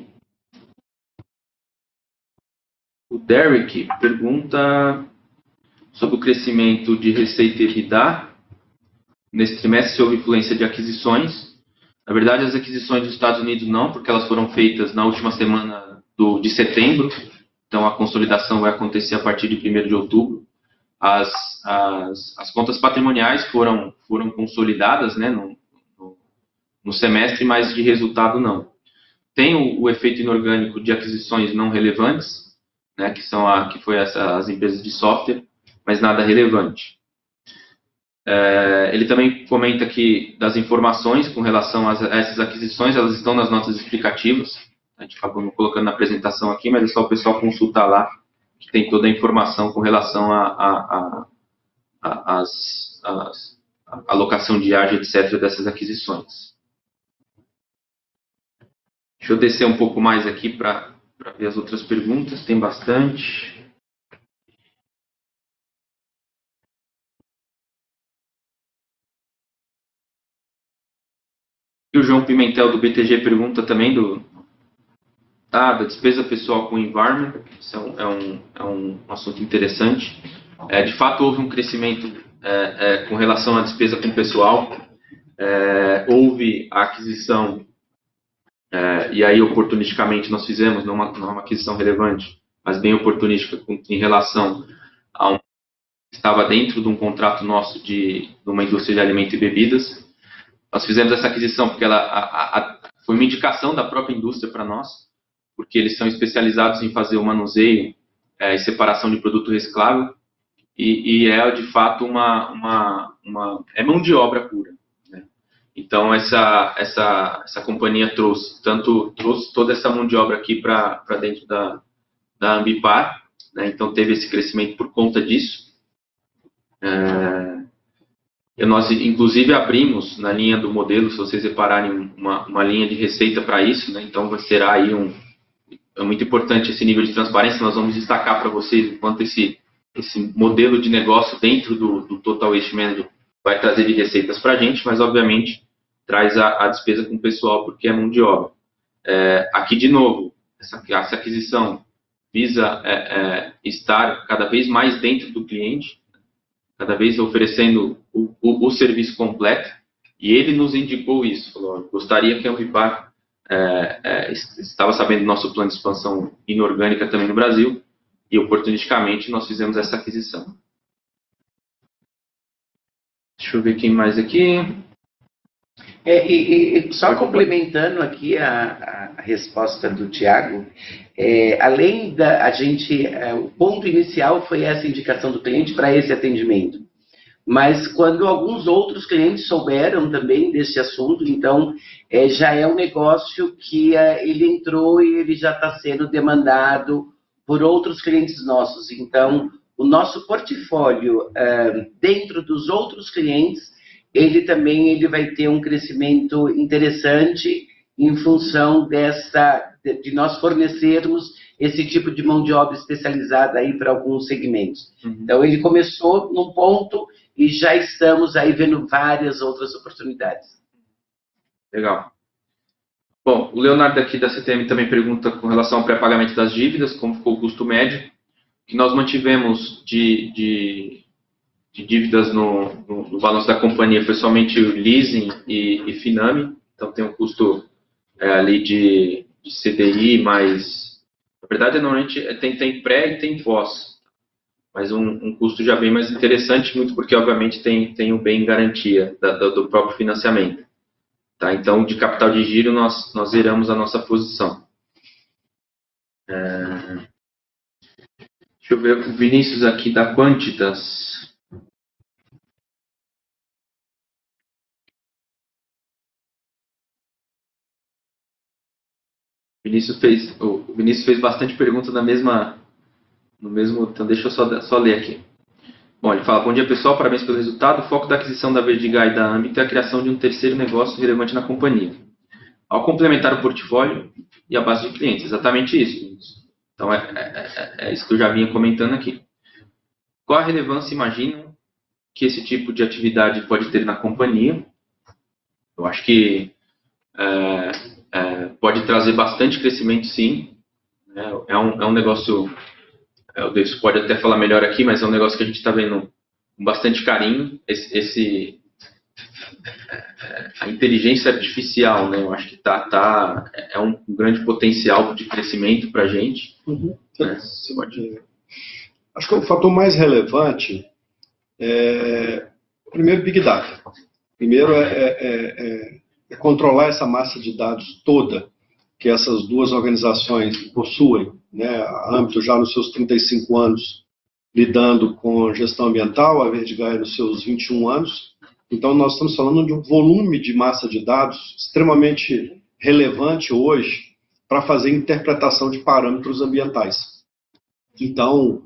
O Derek pergunta sobre o crescimento de receita e EBITDA. Nesse trimestre, se houve influência de aquisições. Na verdade, as aquisições dos Estados Unidos não, porque elas foram feitas na última semana de setembro. Então, a consolidação vai acontecer a partir de 1º de outubro. As contas patrimoniais foram consolidadas, né, no semestre, mas de resultado não. Tem o efeito inorgânico de aquisições não relevantes, né, que foi as empresas de software, mas nada relevante. Ele também comenta que das informações com relação a essas aquisições, elas estão nas notas explicativas. A gente acabou não colocando na apresentação aqui, mas é só o pessoal consultar lá, que tem toda a informação com relação à alocação de ágio, etc., dessas aquisições. Deixa eu descer um pouco mais aqui para ver as outras perguntas, tem bastante. E o João Pimentel, do BTG, pergunta também da despesa pessoal com environment. Isso é um assunto interessante. De fato, houve um crescimento com relação à despesa com pessoal. Houve a aquisição, e aí oportunisticamente nós fizemos, não uma aquisição relevante, mas bem oportunística em relação a que estava dentro de um contrato nosso de uma indústria de alimento e bebidas. Nós fizemos essa aquisição porque ela foi uma indicação da própria indústria para nós, porque eles são especializados em fazer o manuseio e separação de produto reciclável, e é de fato é mão de obra pura, né? Então essa companhia trouxe toda essa mão de obra aqui para dentro da Ambipar, né? Então teve esse crescimento por conta disso. Nós, inclusive, abrimos na linha do modelo, se vocês repararem, uma linha de receita para isso, né? Então, será aí é muito importante esse nível de transparência. Nós vamos destacar para vocês o quanto esse modelo de negócio dentro do Total Waste Management vai trazer de receitas para a gente, mas, obviamente, traz a despesa com o pessoal, porque é mão de obra. Aqui, de novo, essa aquisição visa estar cada vez mais dentro do cliente, cada vez oferecendo o serviço completo, e ele nos indicou isso, falou, gostaria que a Ambipar estava sabendo do nosso plano de expansão inorgânica também no Brasil, e oportunisticamente nós fizemos essa aquisição. Deixa eu ver quem mais aqui. Só complementando aqui a resposta do Tiago, além da o ponto inicial foi essa indicação do cliente para esse atendimento. Mas quando alguns outros clientes souberam também desse assunto, então já é um negócio que ele entrou e ele já está sendo demandado por outros clientes nossos. Então, o nosso portfólio dentro dos outros clientes, ele vai ter um crescimento interessante em função de nós fornecermos esse tipo de mão de obra especializada aí para alguns segmentos. Então, ele começou num ponto e já estamos aí vendo várias outras oportunidades. Legal. Bom, o Leonardo aqui da CTM também pergunta com relação ao pré-pagamento das dívidas, como ficou o custo médio, que nós mantivemos de dívidas no balanço da companhia, foi somente o leasing e Finame, então tem um custo ali de CDI, mas na verdade normalmente tem pré e tem pós, mas um custo já bem mais interessante, muito porque obviamente tem o bem em garantia do próprio financiamento. Tá? Então, de capital de giro, nós zeramos a nossa posição. Deixa eu ver o Vinícius aqui da Quantitas. O Vinícius fez bastante perguntas no mesmo, então deixa eu só ler aqui. Bom, ele fala, bom dia pessoal, parabéns pelo resultado. O foco da aquisição da Verdigai e da Ambito é a criação de um terceiro negócio relevante na companhia, ao complementar o portfólio e a base de clientes. Exatamente isso. Então, é isso que eu já vinha comentando aqui. Qual a relevância, imaginam, que esse tipo de atividade pode ter na companhia? Eu acho que pode trazer bastante crescimento, sim. É um negócio... O Davis pode até falar melhor aqui, mas é um negócio que a gente está vendo com bastante carinho. A inteligência artificial, né? Eu acho que é um grande potencial de crescimento para a gente. Né? Você pode... Acho que o fator mais relevante primeiro, Big Data. Primeiro é controlar essa massa de dados toda que essas duas organizações possuem, né? A Ambito já nos seus 35 anos lidando com gestão ambiental, a Verdigai nos seus 21 anos. Então, nós estamos falando de um volume de massa de dados extremamente relevante hoje para fazer interpretação de parâmetros ambientais. Então,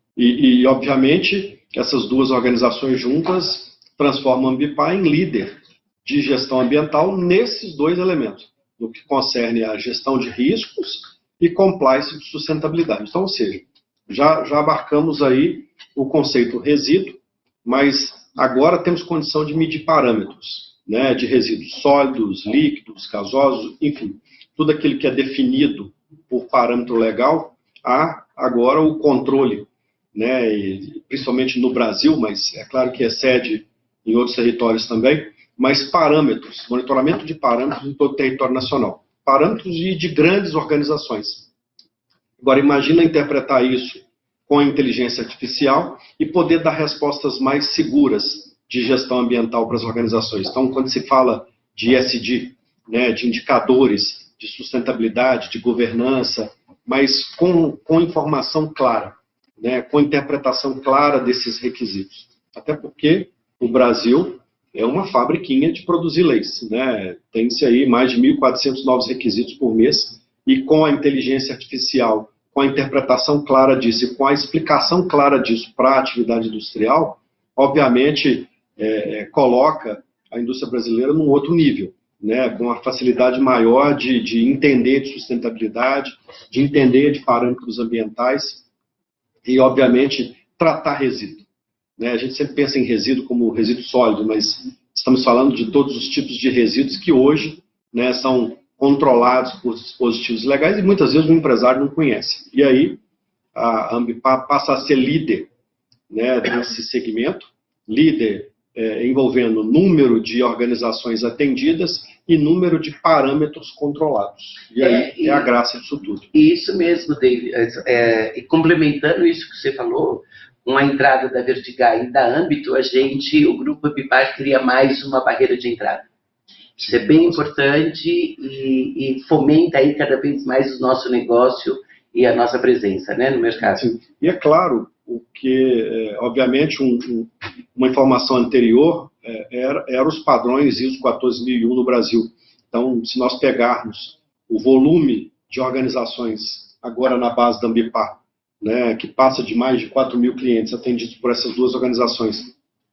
obviamente, essas duas organizações juntas transformam a Ambipar em líder de gestão ambiental nesses dois elementos, no que concerne a gestão de riscos e compliance de sustentabilidade. Então, ou seja, já abarcamos aí o conceito resíduo, mas agora temos condição de medir parâmetros, né, de resíduos sólidos, líquidos, gasosos, enfim, tudo aquilo que é definido por parâmetro legal, há agora o controle, né, principalmente no Brasil, mas é claro que excede em outros territórios também, mas parâmetros, monitoramento de parâmetros em todo o território nacional. Parâmetros de grandes organizações. Agora, imagina interpretar isso com a inteligência artificial e poder dar respostas mais seguras de gestão ambiental para as organizações. Então, quando se fala de ESG, né, de indicadores de sustentabilidade, de governança, mas com informação clara, né, com interpretação clara desses requisitos. Até porque o Brasil é uma fabriquinha de produzir leis, né? Tem-se aí mais de 1.400 novos requisitos por mês, e com a inteligência artificial, com a interpretação clara disso e com a explicação clara disso para a atividade industrial, obviamente coloca a indústria brasileira num outro nível, né? Com uma facilidade maior de entender de sustentabilidade, de entender de parâmetros ambientais e, obviamente, tratar resíduo. A gente sempre pensa em resíduo como resíduo sólido, mas estamos falando de todos os tipos de resíduos que hoje, né, são controlados por dispositivos legais e muitas vezes o empresário não conhece. E aí a Ambipar passa a ser líder, né, nesse segmento, líder envolvendo número de organizações atendidas e número de parâmetros controlados. E aí é a graça disso tudo. Isso mesmo, David. E complementando isso que você falou, com a entrada da Vertigai e da Âmbito, o Grupo Ambipar cria mais uma barreira de entrada. Isso é bem importante e fomenta aí cada vez mais o nosso negócio e a nossa presença, né, no mercado. Sim. E é claro, o que, obviamente, uma informação anterior era os padrões ISO 14001 no Brasil. Então, se nós pegarmos o volume de organizações agora na base da Ambipar, né, que passa de mais de 4.000 clientes atendidos por essas duas organizações,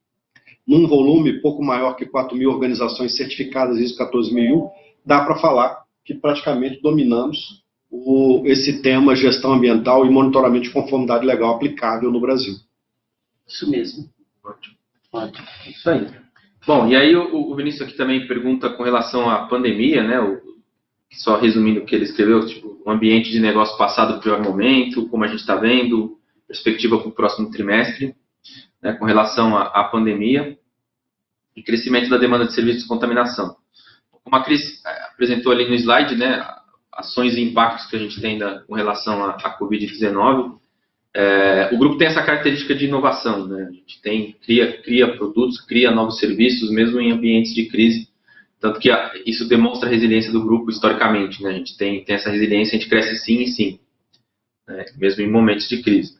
num volume pouco maior que 4.000 organizações certificadas ISO 14001, dá para falar que praticamente dominamos esse tema gestão ambiental e monitoramento de conformidade legal aplicável no Brasil. Isso mesmo. Ótimo. Ótimo. Isso aí. Bom, e aí o Vinícius aqui também pergunta com relação à pandemia, né? Só resumindo o que ele escreveu, tipo, o ambiente de negócio passado do pior momento, como a gente está vendo, perspectiva para o próximo trimestre, né, com relação à pandemia e crescimento da demanda de serviços de contaminação. Como a Cris apresentou ali no slide, né, ações e impactos que a gente tem com relação à Covid-19, o grupo tem essa característica de inovação, né? A gente cria produtos, cria novos serviços, mesmo em ambientes de crise, tanto que isso demonstra a resiliência do grupo historicamente, né? A gente tem essa resiliência, a gente cresce sim e sim, né? Mesmo em momentos de crise.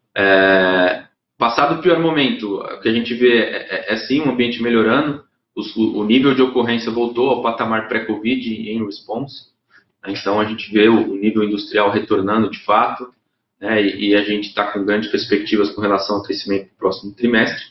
Passado o pior momento, o que a gente vê sim um ambiente melhorando, o nível de ocorrência voltou ao patamar pré-Covid em response. Então, a gente vê o nível industrial retornando de fato, né, e a gente está com grandes perspectivas com relação ao crescimento do próximo trimestre.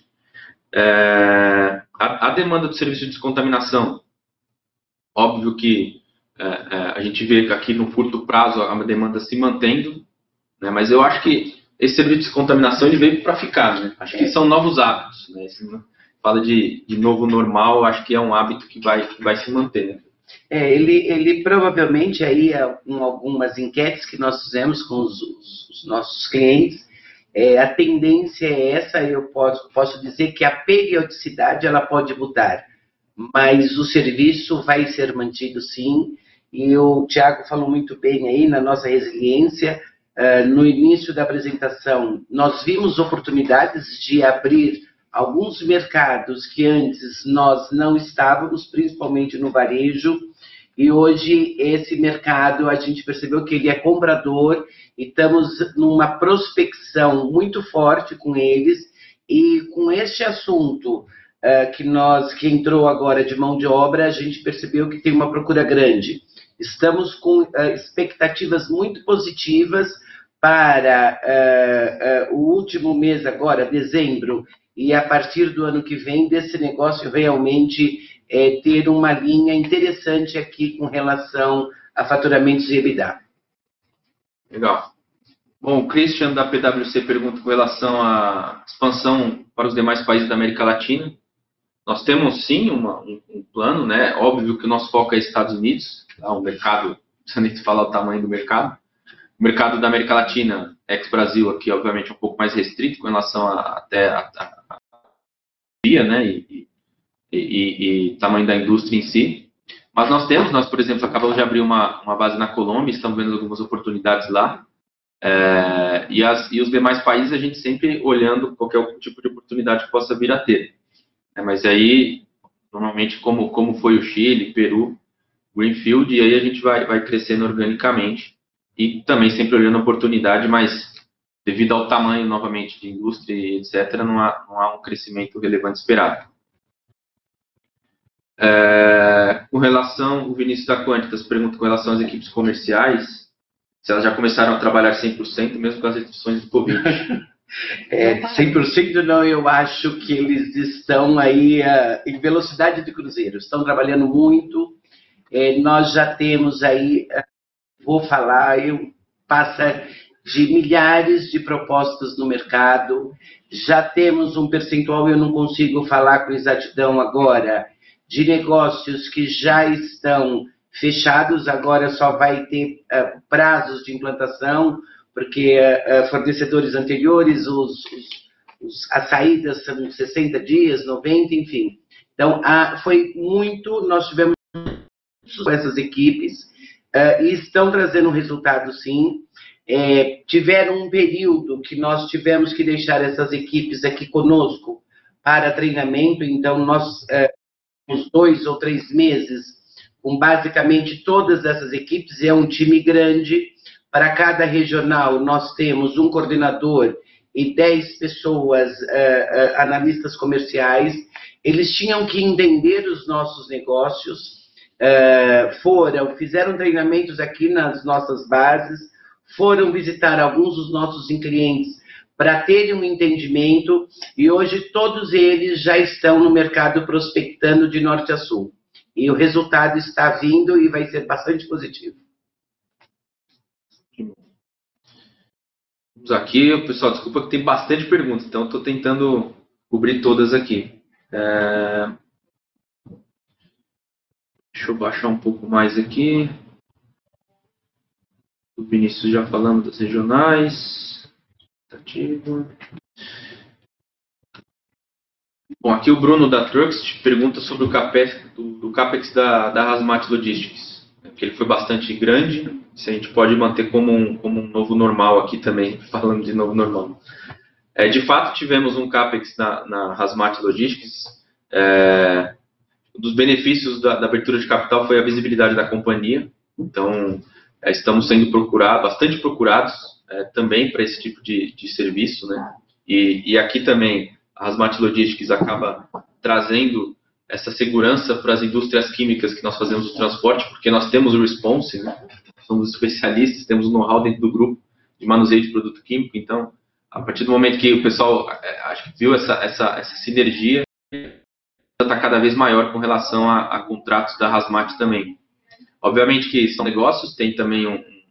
A demanda do serviço de descontaminação, óbvio que a gente vê aqui no curto prazo a demanda se mantendo, né, mas eu acho que esse serviço de descontaminação ele veio para ficar. Né? Acho que são novos hábitos. Né? Fala de novo normal, acho que é um hábito que vai se manter. Né? Ele provavelmente, aí, com algumas enquetes que nós fizemos com os nossos clientes, a tendência é essa. Eu posso dizer que a periodicidade ela pode mudar, mas o serviço vai ser mantido sim, e o Thiago falou muito bem aí na nossa resiliência. No início da apresentação, nós vimos oportunidades de abrir alguns mercados que antes nós não estávamos, principalmente no varejo, e hoje esse mercado a gente percebeu que ele é comprador e estamos numa prospecção muito forte com eles, e com este assunto que entrou agora de mão de obra, a gente percebeu que tem uma procura grande. Estamos com expectativas muito positivas para o último mês agora, dezembro, e a partir do ano que vem, desse negócio realmente ter uma linha interessante aqui com relação a faturamentos e EBITDA. Legal. Bom, o Christian da PwC pergunta com relação à expansão para os demais países da América Latina. Nós temos sim um plano, né? Óbvio que o nosso foco é Estados Unidos, tá? Um mercado, não precisa nem falar o tamanho do mercado. O mercado da América Latina, ex-Brasil, aqui obviamente é um pouco mais restrito com relação até a né, e tamanho da indústria em si. Mas nós, por exemplo, acabamos de abrir uma base na Colômbia, estamos vendo algumas oportunidades lá. E os demais países a gente sempre olhando qualquer tipo de oportunidade que possa vir a ter. Mas aí, normalmente, como foi o Chile, Peru, Greenfield, e aí a gente vai crescendo organicamente e também sempre olhando a oportunidade, mas devido ao tamanho, novamente, de indústria e etc., não há um crescimento relevante esperado. Com relação, o Vinícius da Quantitas pergunta com relação às equipes comerciais, se elas já começaram a trabalhar 100%, mesmo com as restrições do Covid. 100% não, eu acho que eles estão aí em velocidade de cruzeiro, estão trabalhando muito. Nós já temos aí, passa de milhares de propostas no mercado, já temos um percentual, eu não consigo falar com exatidão agora, de negócios que já estão fechados, agora só vai ter prazos de implantação, porque fornecedores anteriores, as saídas são 60 dias, 90, enfim. Então, foi muito, nós tivemos com essas equipes, e estão trazendo resultado, sim. Tiveram um período que nós tivemos que deixar essas equipes aqui conosco para treinamento, então nós, uns 2 ou 3 meses, com basicamente todas essas equipes, é um time grande. Para cada regional, nós temos um coordenador e 10 pessoas, analistas comerciais. Eles tinham que entender os nossos negócios, fizeram treinamentos aqui nas nossas bases, foram visitar alguns dos nossos clientes para terem um entendimento, e hoje todos eles já estão no mercado prospectando de norte a sul. E o resultado está vindo e vai ser bastante positivo. Vamos aqui, pessoal, desculpa que tem bastante perguntas, então estou tentando cobrir todas aqui. Deixa eu baixar um pouco mais aqui. O Vinícius já falando das regionais. Bom, aqui o Bruno da Trucks te pergunta sobre o CAPEX da Hazmat Logistics. Que ele foi bastante grande, se a gente pode manter como um novo normal aqui também, falando de novo normal. De fato, tivemos um CAPEX na Hazmat Logistics. Um dos benefícios da abertura de capital foi a visibilidade da companhia. Então, estamos sendo bastante procurados também para esse tipo de serviço, né? E aqui também a Hazmat Logistics acaba trazendo essa segurança para as indústrias químicas que nós fazemos o transporte, porque nós temos o response, né? Somos especialistas, temos o know-how dentro do grupo de manuseio de produto químico. Então, a partir do momento que o pessoal acho que viu essa sinergia, está cada vez maior com relação a contratos da Hazmat também. Obviamente que são negócios, tem também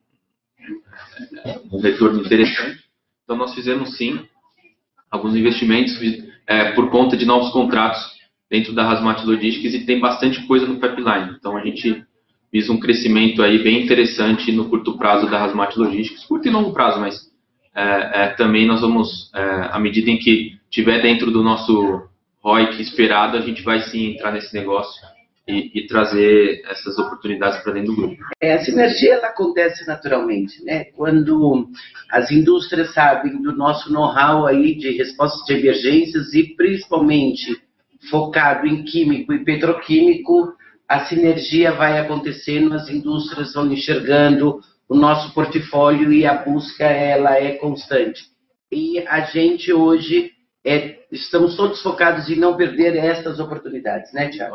um retorno interessante. Então, nós fizemos, sim, alguns investimentos por conta de novos contratos dentro da Hazmat Logistics, e tem bastante coisa no pipeline. Então, a gente visa um crescimento aí bem interessante no curto prazo da Hazmat Logistics, curto e longo prazo, mas também nós vamos, à medida em que estiver dentro do nosso ROIC esperado, a gente vai sim entrar nesse negócio e trazer essas oportunidades para dentro do grupo. A sinergia ela acontece naturalmente, né? Quando as indústrias sabem do nosso know-how aí de respostas de emergências e principalmente focado em químico e petroquímico, a sinergia vai acontecendo, as indústrias vão enxergando o nosso portfólio e a busca ela é constante. E a gente hoje estamos todos focados em não perder essas oportunidades, né, Thiago?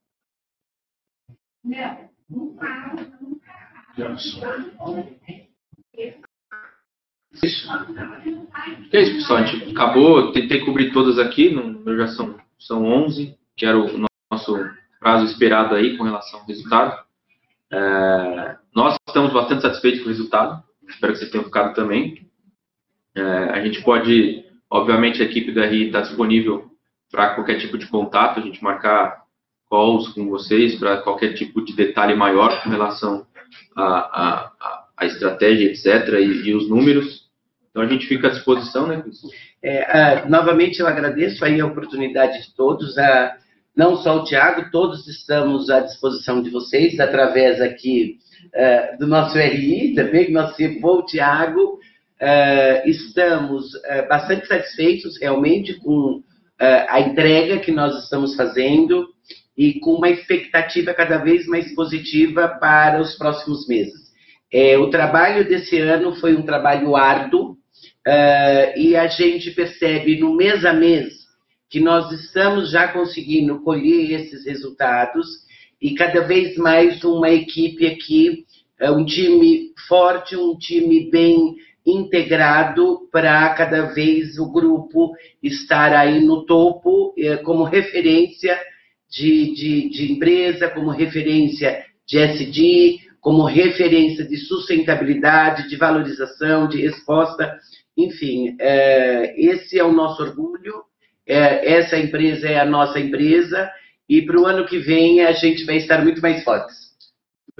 É isso, pessoal. A gente acabou, tentei cobrir todas aqui, já são 11, que era o nosso prazo esperado aí com relação ao resultado. Nós estamos bastante satisfeitos com o resultado, espero que vocês tenham ficado também. A gente pode, obviamente, a equipe da RI está disponível para qualquer tipo de contato, a gente marcar calls com vocês para qualquer tipo de detalhe maior com relação à estratégia, etc., e os números. Então, a gente fica à disposição, né, Cris? Novamente, eu agradeço aí a oportunidade de todos, não só o Thiago, todos estamos à disposição de vocês, através aqui do nosso RI, também, que nós recebemos o Thiago. Estamos bastante satisfeitos, realmente, com a entrega que nós estamos fazendo e com uma expectativa cada vez mais positiva para os próximos meses. O trabalho desse ano foi um trabalho árduo, e a gente percebe no mês a mês que nós estamos já conseguindo colher esses resultados e cada vez mais uma equipe aqui, um time forte, um time bem integrado para cada vez o grupo estar aí no topo como referência de empresa, como referência de SD, como referência de sustentabilidade, de valorização, de resposta. Enfim, esse é o nosso orgulho, essa empresa é a nossa empresa, e para o ano que vem a gente vai estar muito mais fortes.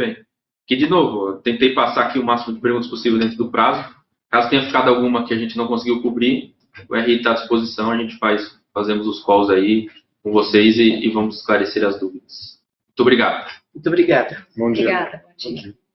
bem. Que, de novo, eu tentei passar aqui o máximo de perguntas possível dentro do prazo. Caso tenha ficado alguma que a gente não conseguiu cobrir, o RI está à disposição, a gente fazemos os calls aí com vocês e vamos esclarecer as dúvidas. Muito obrigado. Muito obrigada. Bom dia. Obrigada. Bom dia. Bom dia.